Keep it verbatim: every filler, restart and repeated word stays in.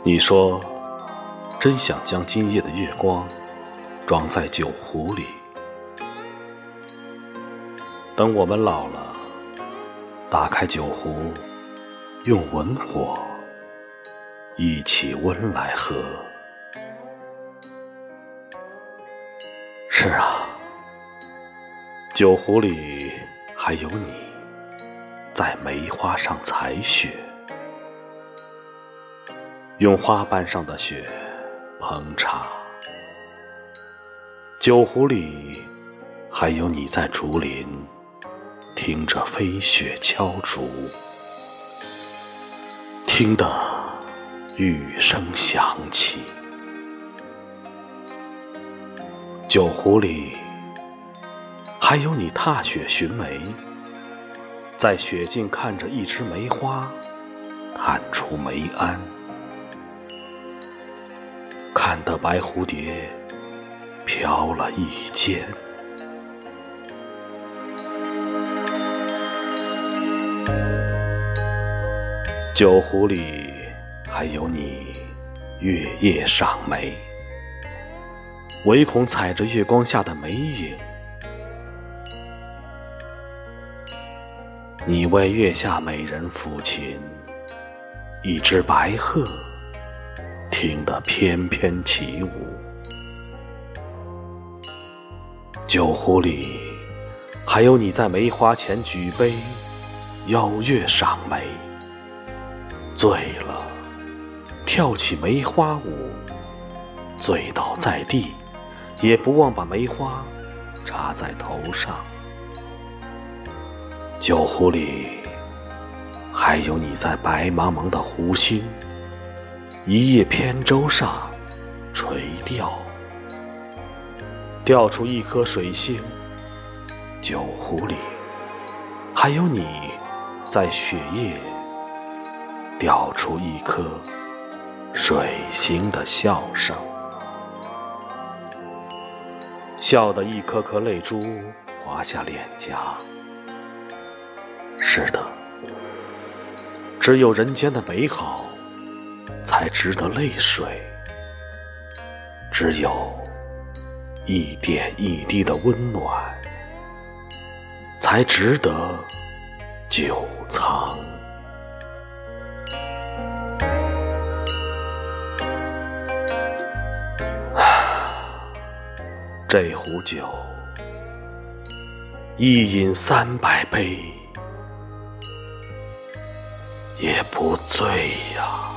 你说，真想将今夜的月光装在酒壶里，等我们老了，打开酒壶，用文火一起温来喝。是啊，酒壶里还有你在梅花上采雪，用花瓣上的雪烹茶。酒壶里还有你在竹林听着飞雪敲竹，听得雨声响起。酒壶里还有你踏雪寻梅，在雪径看着一枝梅花探出梅鞍，看得白蝴蝶飘了一肩。酒壶里还有你月夜赏梅，唯恐踩着月光下的梅影，你为月下美人抚琴，一只白鹤听得翩翩起舞。酒壶里还有你在梅花前举杯邀月赏梅，醉了跳起梅花舞，醉倒在地也不忘把梅花插在头上。酒壶里还有你在白茫茫的湖心一叶扁舟上垂钓，钓出一颗水星。酒壶里还有你在雪夜钓出一颗水星的笑声，笑得一颗颗泪珠滑下脸颊。是的，只有人间的美好才值得泪水，只有一点一滴的温暖才值得久藏。这壶酒一饮三百杯也不醉呀。